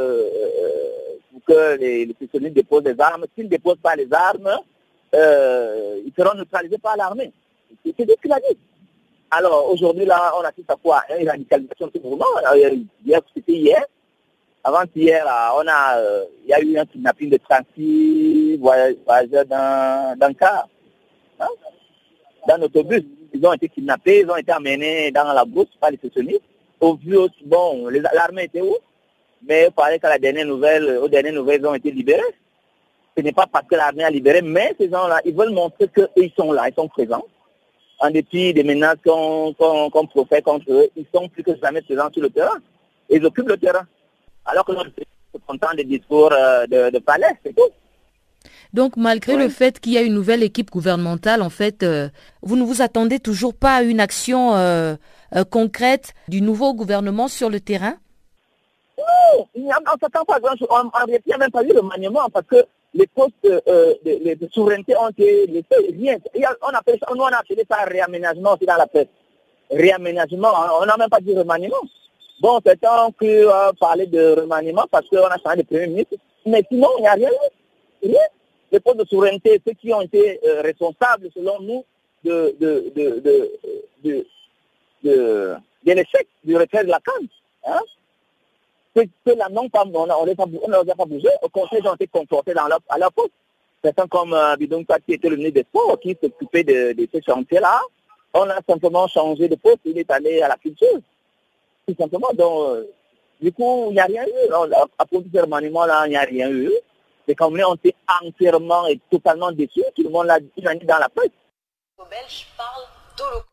pour que les pétitionnistes déposent des armes. S'ils ne déposent pas les armes, ils seront neutralisés par l'armée. C'est ce qu'il a dit. Alors aujourd'hui là, on assiste à quoi? Une radicalisation de ce mouvement. C'était hier. Avant-hier, il y a eu un kidnapping de 36 voyageurs d'un car, d'un autobus. Ils ont été kidnappés, ils ont été emmenés dans la brousse par les pétitionnistes. au vu, bon, l'armée était où? Mais il paraît qu'aux dernières nouvelles, ils ont été libérés. Ce n'est pas parce que l'armée a libéré, mais ces gens-là, ils veulent montrer qu'ils sont là, ils sont présents. En dépit des menaces qu'on profère contre eux, ils sont plus que jamais présents sur le terrain. Ils occupent le terrain. Alors que notre pays se contente des discours de palais, c'est tout. Donc, malgré le fait qu'il y a une nouvelle équipe gouvernementale, en fait, vous ne vous attendez toujours pas à une action concrète du nouveau gouvernement sur le terrain? Non, on ne s'attend pas à grand-chose. Il n'y a même pas eu de remaniement parce que les postes de souveraineté ont été laissés. Rien. On a appelé ça réaménagement aussi dans la presse. Réaménagement, on n'a même pas dit remaniement. Bon, c'est temps qu'on parler de remaniement parce qu'on a changé de premier ministre. Mais sinon, il n'y a rien. Rien. Les postes de souveraineté, ceux qui ont été responsables, selon nous, de l'échec du retrait de la CAN. Hein? Ceux-là on ne les a pas bougés. Au conseil, ils ont été confortés à leur poste. Certains comme Bidon qui était le ministre des Sports, qui s'occupait de ce chantier-là, on a simplement changé de poste, il est allé à la culture. Tout simplement. Donc, du coup, il n'y a rien eu. Après ce remaniement-là, il n'y a rien eu. Les Camerounais ont été entièrement et totalement déçus. Tout le monde l'a dit dans la presse. Les Belges parlent d'Holocauste.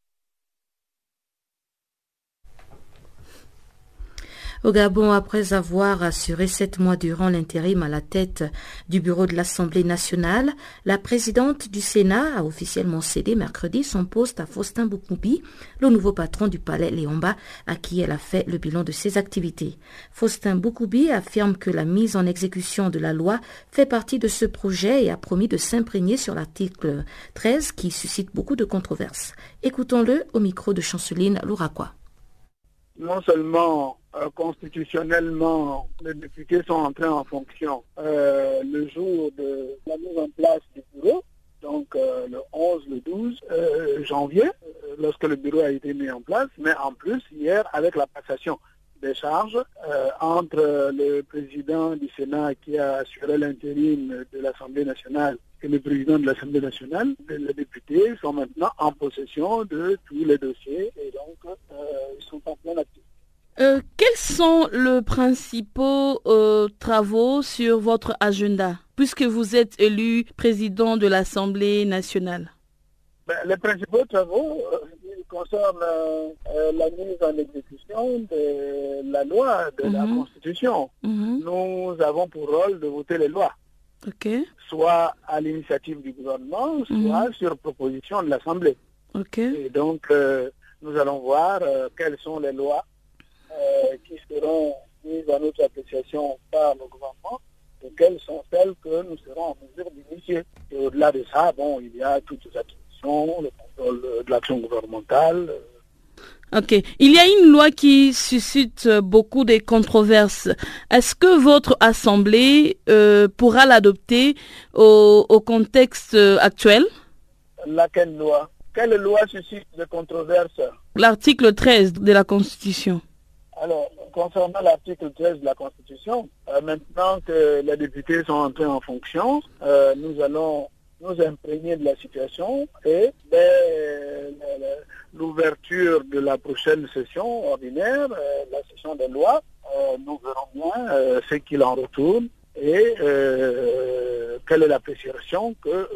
Au Gabon, après avoir assuré 7 mois durant l'intérim à la tête du bureau de l'Assemblée nationale, la présidente du Sénat a officiellement cédé mercredi son poste à Faustin Boukoubi, le nouveau patron du palais Léomba, à qui elle a fait le bilan de ses activités. Faustin Boukoubi affirme que la mise en exécution de la loi fait partie de ce projet et a promis de s'imprégner sur l'article 13 qui suscite beaucoup de controverses. Écoutons-le au micro de Chanceline Louraquois. Non seulement constitutionnellement, les députés sont entrés en fonction le jour de la mise en place du bureau, donc le 11, le 12 janvier, lorsque le bureau a été mis en place, mais en plus, hier, avec la passation des charges entre le président du Sénat qui a assuré l'intérim de l'Assemblée nationale et le président de l'Assemblée nationale, les députés sont maintenant en possession de tous les dossiers et donc ils sont en plein activité. Quels sont les principaux travaux sur votre agenda, puisque vous êtes élu président de l'Assemblée nationale? Les principaux travaux concernent la mise en exécution de la loi, de la Constitution. Nous avons pour rôle de voter les lois, soit à l'initiative du gouvernement, soit sur proposition de l'Assemblée. Et donc, nous allons voir quelles sont les lois qui seront mises à notre appréciation par le gouvernement et quelles sont celles que nous serons en mesure d'initier. Et au-delà de ça, bon, il y a toutes les attributions, le contrôle de l'action gouvernementale. Ok. Il y a une loi qui suscite beaucoup de controverses. Est-ce que votre Assemblée pourra l'adopter au contexte actuel? Laquelle loi? Quelle loi suscite des controverses? L'article 13 de la Constitution. Alors, concernant l'article 13 de la Constitution, maintenant que les députés sont entrés en fonction, nous allons nous imprégner de la situation et dès l'ouverture de la prochaine session ordinaire, la session des lois, nous verrons bien ce qu'il en retourne et quelle est l'appréciation que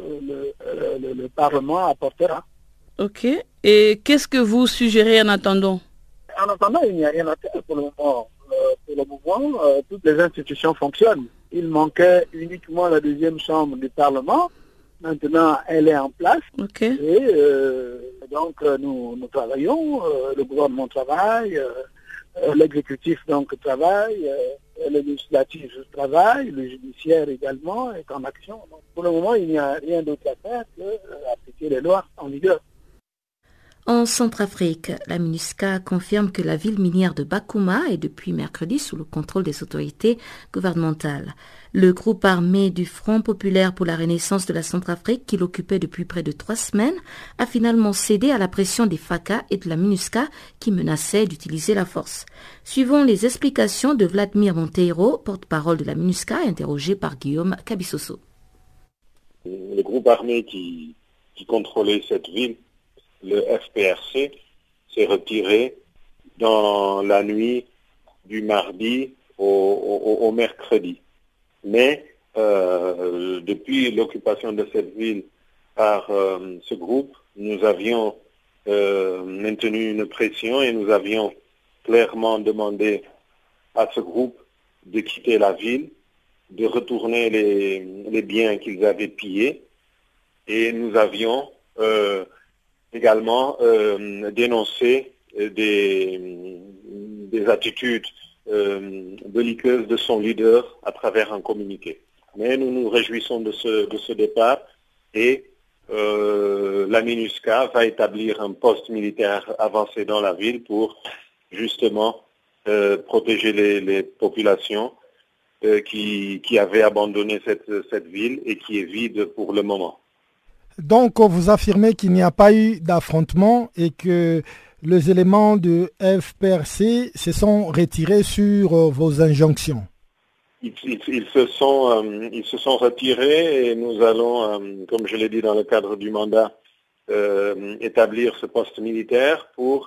le Parlement apportera. Ok. Et qu'est-ce que vous suggérez en attendant? En attendant, il n'y a rien à faire pour le moment. Pour le moment, toutes les institutions fonctionnent. Il manquait uniquement la deuxième chambre du Parlement. Maintenant, elle est en place. Et donc, nous travaillons. Le gouvernement travaille. L'exécutif donc travaille. Le législatif travaille. Le judiciaire également est en action. Donc, pour le moment, il n'y a rien d'autre à faire qu'appliquer les lois en vigueur. En Centrafrique, la MINUSCA confirme que la ville minière de Bakouma est depuis mercredi sous le contrôle des autorités gouvernementales. Le groupe armé du Front populaire pour la renaissance de la Centrafrique, qui l'occupait depuis près de 3 semaines, a finalement cédé à la pression des FACA et de la MINUSCA qui menaçaient d'utiliser la force. Suivons les explications de Vladimir Monteiro, porte-parole de la MINUSCA, interrogé par Guillaume Cabissoso. Le groupe armé qui contrôlait cette ville, le FPRC, s'est retiré dans la nuit du mardi au mercredi. Mais depuis l'occupation de cette ville par ce groupe, nous avions maintenu une pression et nous avions clairement demandé à ce groupe de quitter la ville, de retourner les biens qu'ils avaient pillés, et nous avions également dénoncé des attitudes belliqueuses de son leader à travers un communiqué. Mais nous nous réjouissons de ce départ et la MINUSCA va établir un poste militaire avancé dans la ville pour justement protéger les populations qui avaient abandonné cette ville et qui est vide pour le moment. Donc vous affirmez qu'il n'y a pas eu d'affrontement et que les éléments de FPRC se sont retirés sur vos injonctions. Ils se sont retirés et nous allons, comme je l'ai dit dans le cadre du mandat, établir ce poste militaire pour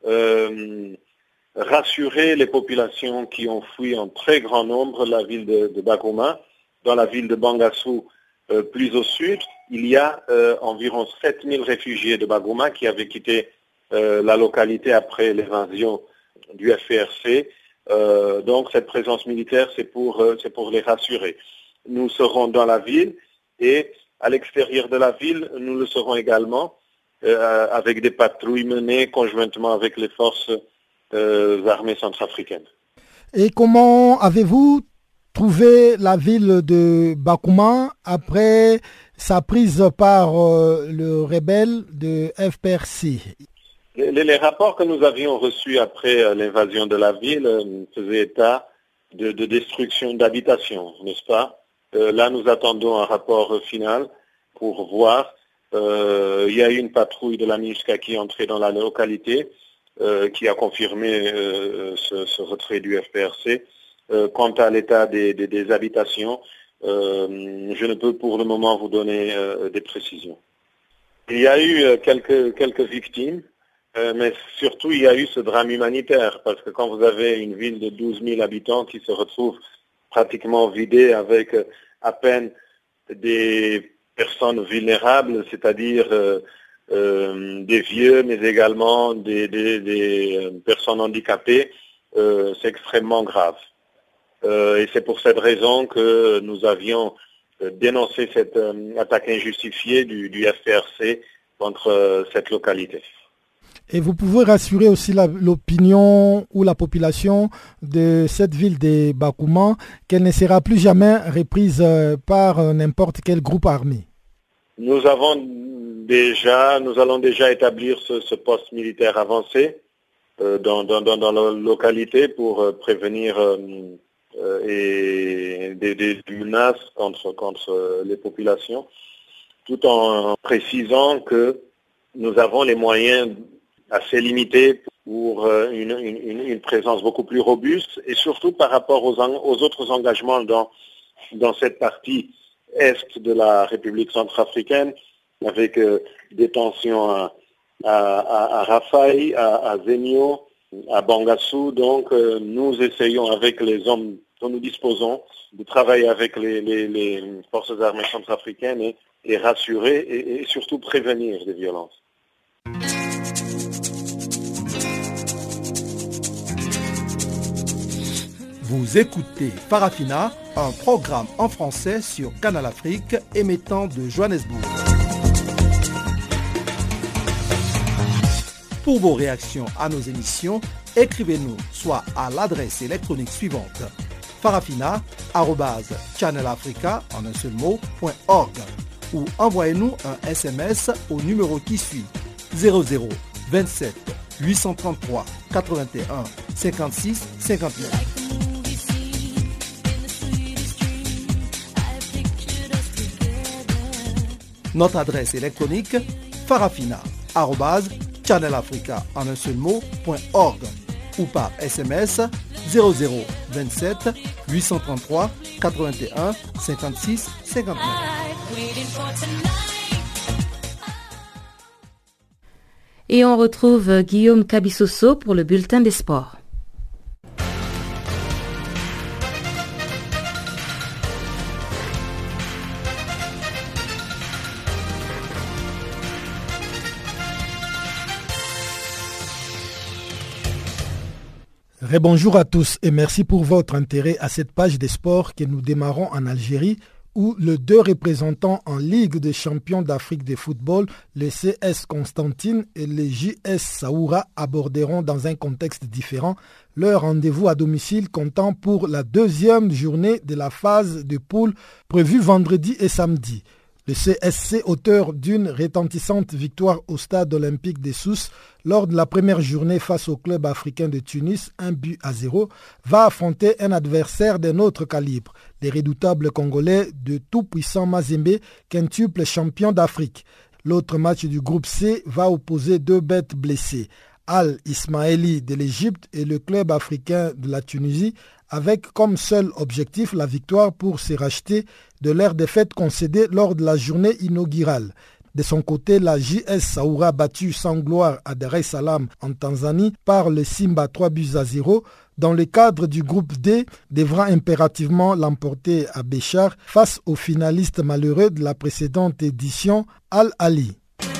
rassurer les populations qui ont fui en très grand nombre la ville de Bagouma. Dans la ville de Bangassou, plus au sud, il y a environ 7000 réfugiés de Bagouma qui avaient quitté la localité après l'invasion du FPRC. Donc cette présence militaire, c'est pour les rassurer. Nous serons dans la ville et à l'extérieur de la ville, nous le serons également avec des patrouilles menées conjointement avec les forces armées centrafricaines. Et comment avez-vous trouvé la ville de Bagouma après sa prise par le rebelle de FPRC? Les rapports que nous avions reçus après l'invasion de la ville faisaient état de destruction d'habitations, n'est-ce pas? Là, nous attendons un rapport final pour voir. Il y a eu une patrouille de la MINUSCA qui est entrée dans la localité, qui a confirmé ce retrait du FPRC. Quant à l'état des habitations, je ne peux pour le moment vous donner des précisions. Il y a eu quelques victimes. Mais surtout, il y a eu ce drame humanitaire, parce que quand vous avez une ville de 12 000 habitants qui se retrouve pratiquement vidée avec à peine des personnes vulnérables, c'est-à-dire des vieux, mais également des personnes handicapées, c'est extrêmement grave. Et c'est pour cette raison que nous avions dénoncé cette attaque injustifiée du FPRC contre cette localité. Et vous pouvez rassurer aussi l'opinion ou la population de cette ville de Bagouma qu'elle ne sera plus jamais reprise par n'importe quel groupe armé. Nous allons déjà établir ce poste militaire avancé dans la localité pour prévenir des menaces contre les populations, tout en précisant que nous avons les moyens assez limité pour une présence beaucoup plus robuste et surtout par rapport aux autres engagements dans cette partie est de la République centrafricaine avec des tensions à Rafai, à Zemio, à Bangassou. Donc nous essayons avec les hommes dont nous disposons de travailler avec les forces armées centrafricaines et rassurer et surtout prévenir des violences. Vous écoutez Farafina, un programme en français sur Canal Afrique émettant de Johannesburg. Pour vos réactions à nos émissions, écrivez-nous soit à l'adresse électronique suivante farafina@channelafrica en un seul mot.org ou envoyez-nous un SMS au numéro qui suit 00 27 833 81 56 59. Notre adresse électronique farafina@channelafrica en un seul mot.org ou par SMS 0027 833 81 56 59. Et on retrouve Guillaume Cabissoso pour le bulletin des sports. Bonjour à tous et merci pour votre intérêt à cette page des sports que nous démarrons en Algérie où les deux représentants en Ligue des champions d'Afrique de football, le CS Constantine et le JS Saoura, aborderont dans un contexte différent leur rendez-vous à domicile comptant pour la deuxième journée de la phase de poule prévue vendredi et samedi. Le CSC, auteur d'une retentissante victoire au stade olympique de Sousse lors de la première journée face au club africain de Tunis, 1-0, va affronter un adversaire d'un autre calibre, les redoutables Congolais de tout-puissant Mazembe, quintuple champion d'Afrique. L'autre match du groupe C va opposer deux bêtes blessées, Al Ismaili de l'Égypte et le club africain de la Tunisie, avec comme seul objectif la victoire pour se racheter de leur défaite concédée lors de la journée inaugurale. De son côté, la JS Saoura battue sans gloire à Dar es Salaam en Tanzanie par le Simba 3-0 dans le cadre du groupe D devra impérativement l'emporter à Béchar face au finaliste malheureux de la précédente édition, Al Ahly.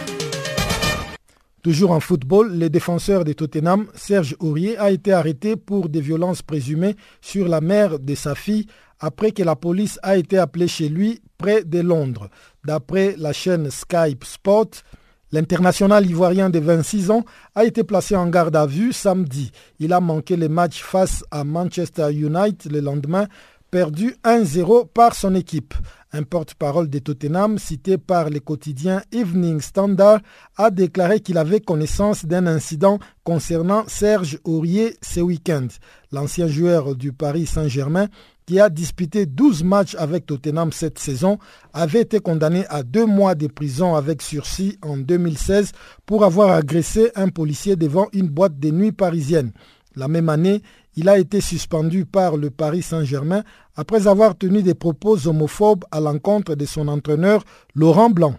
Toujours en football, le défenseur de Tottenham, Serge Aurier, a été arrêté pour des violences présumées sur la mère de sa fille après que la police a été appelée chez lui près de Londres. D'après la chaîne Sky Sport, l'international ivoirien de 26 ans a été placé en garde à vue samedi. Il a manqué le match face à Manchester United le lendemain, perdu 1-0 par son équipe. Un porte-parole de Tottenham, cité par le quotidien Evening Standard, a déclaré qu'il avait connaissance d'un incident concernant Serge Aurier ce week-end. L'ancien joueur du Paris Saint-Germain, qui a disputé 12 matchs avec Tottenham cette saison, avait été condamné à 2 mois de prison avec sursis en 2016 pour avoir agressé un policier devant une boîte de nuit parisienne. La même année, il a été suspendu par le Paris Saint-Germain après avoir tenu des propos homophobes à l'encontre de son entraîneur Laurent Blanc.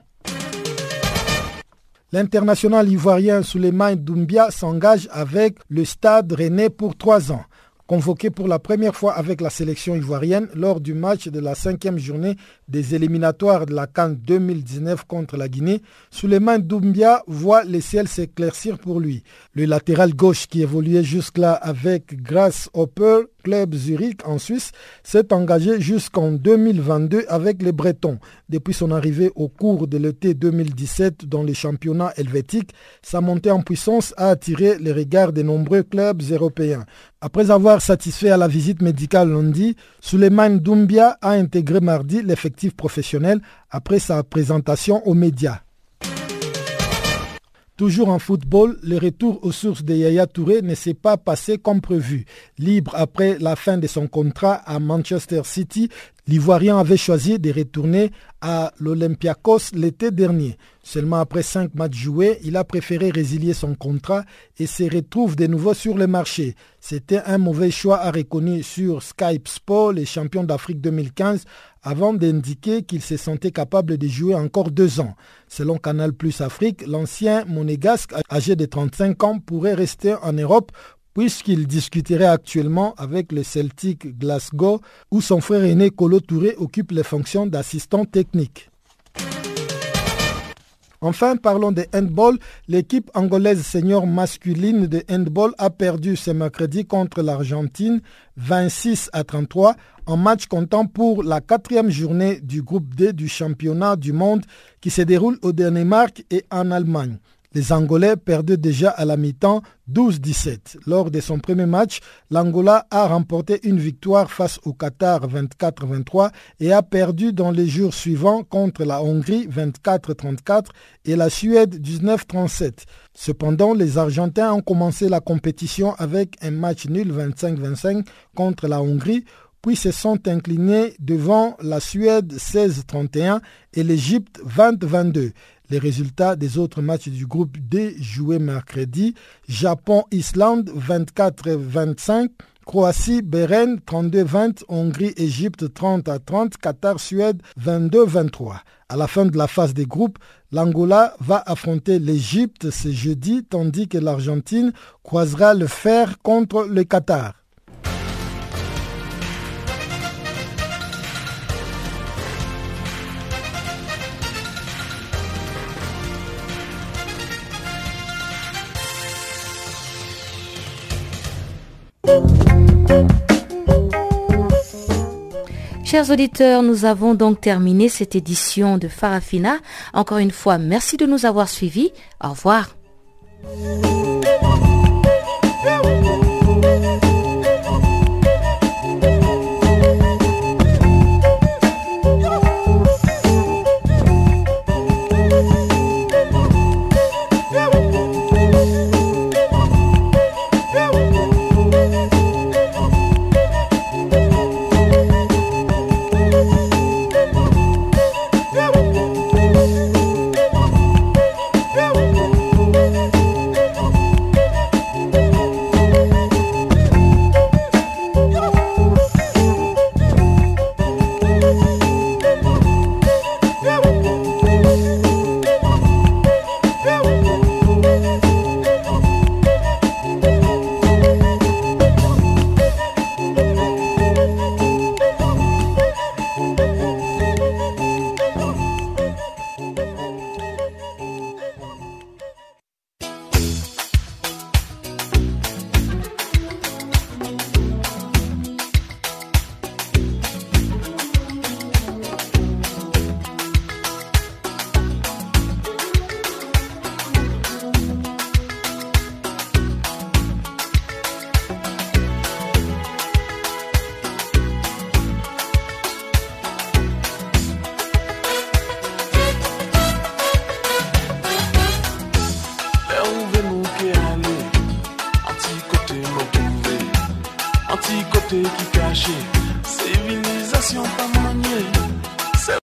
L'international ivoirien Souleymane Doumbia s'engage avec le Stade Rennais pour 3 ans. Convoqué pour la première fois avec la sélection ivoirienne lors du match de la 5e journée des éliminatoires de la CAN 2019 contre la Guinée, Souleymane Doumbia voit le ciel s'éclaircir pour lui. Le latéral gauche qui évoluait jusque-là avec Grasshopper Club Zurich en Suisse s'est engagé jusqu'en 2022 avec les Bretons. Depuis son arrivée au cours de l'été 2017 dans les championnats helvétiques, sa montée en puissance a attiré les regards de nombreux clubs européens. Après avoir satisfait à la visite médicale lundi, Souleymane Doumbia a intégré mardi l'effectif professionnel après sa présentation aux médias. Toujours en football, le retour aux sources de Yaya Touré ne s'est pas passé comme prévu. Libre après la fin de son contrat à Manchester City, l'Ivoirien avait choisi de retourner à l'Olympiakos l'été dernier. Seulement après 5 matchs joués, il a préféré résilier son contrat et se retrouve de nouveau sur le marché. C'était un mauvais choix, a reconnu sur Skype Sport les champions d'Afrique 2015 avant d'indiquer qu'il se sentait capable de jouer encore 2 ans. Selon Canal Plus Afrique, l'ancien monégasque âgé de 35 ans pourrait rester en Europe puisqu'il discuterait actuellement avec le Celtic Glasgow où son frère aîné Kolo Touré occupe les fonctions d'assistant technique. Enfin, parlons de handball. L'équipe angolaise senior masculine de handball a perdu ce mercredi contre l'Argentine 26-33 en match comptant pour la 4e journée du groupe D du championnat du monde qui se déroule au Danemark et en Allemagne. Les Angolais perdaient déjà à la mi-temps 12-17. Lors de son premier match, l'Angola a remporté une victoire face au Qatar 24-23 et a perdu dans les jours suivants contre la Hongrie 24-34 et la Suède 19-37. Cependant, les Argentins ont commencé la compétition avec un match nul 25-25 contre la Hongrie, puis se sont inclinés devant la Suède 16-31 et l'Égypte 20-22. Les résultats des autres matchs du groupe D joués mercredi: Japon-Islande 24-25, Croatie-Bahreïn 32-20, Hongrie-Égypte 30-30, Qatar-Suède 22-23. À la fin de la phase des groupes, L'Angola va affronter l'Égypte ce jeudi, tandis que l'Argentine croisera le fer contre le Qatar. Chers auditeurs, nous avons donc terminé cette édition de Farafina. Encore une fois, merci de nous avoir suivis. Au revoir. Anti-côté qui cachait, civilisation pas maniée.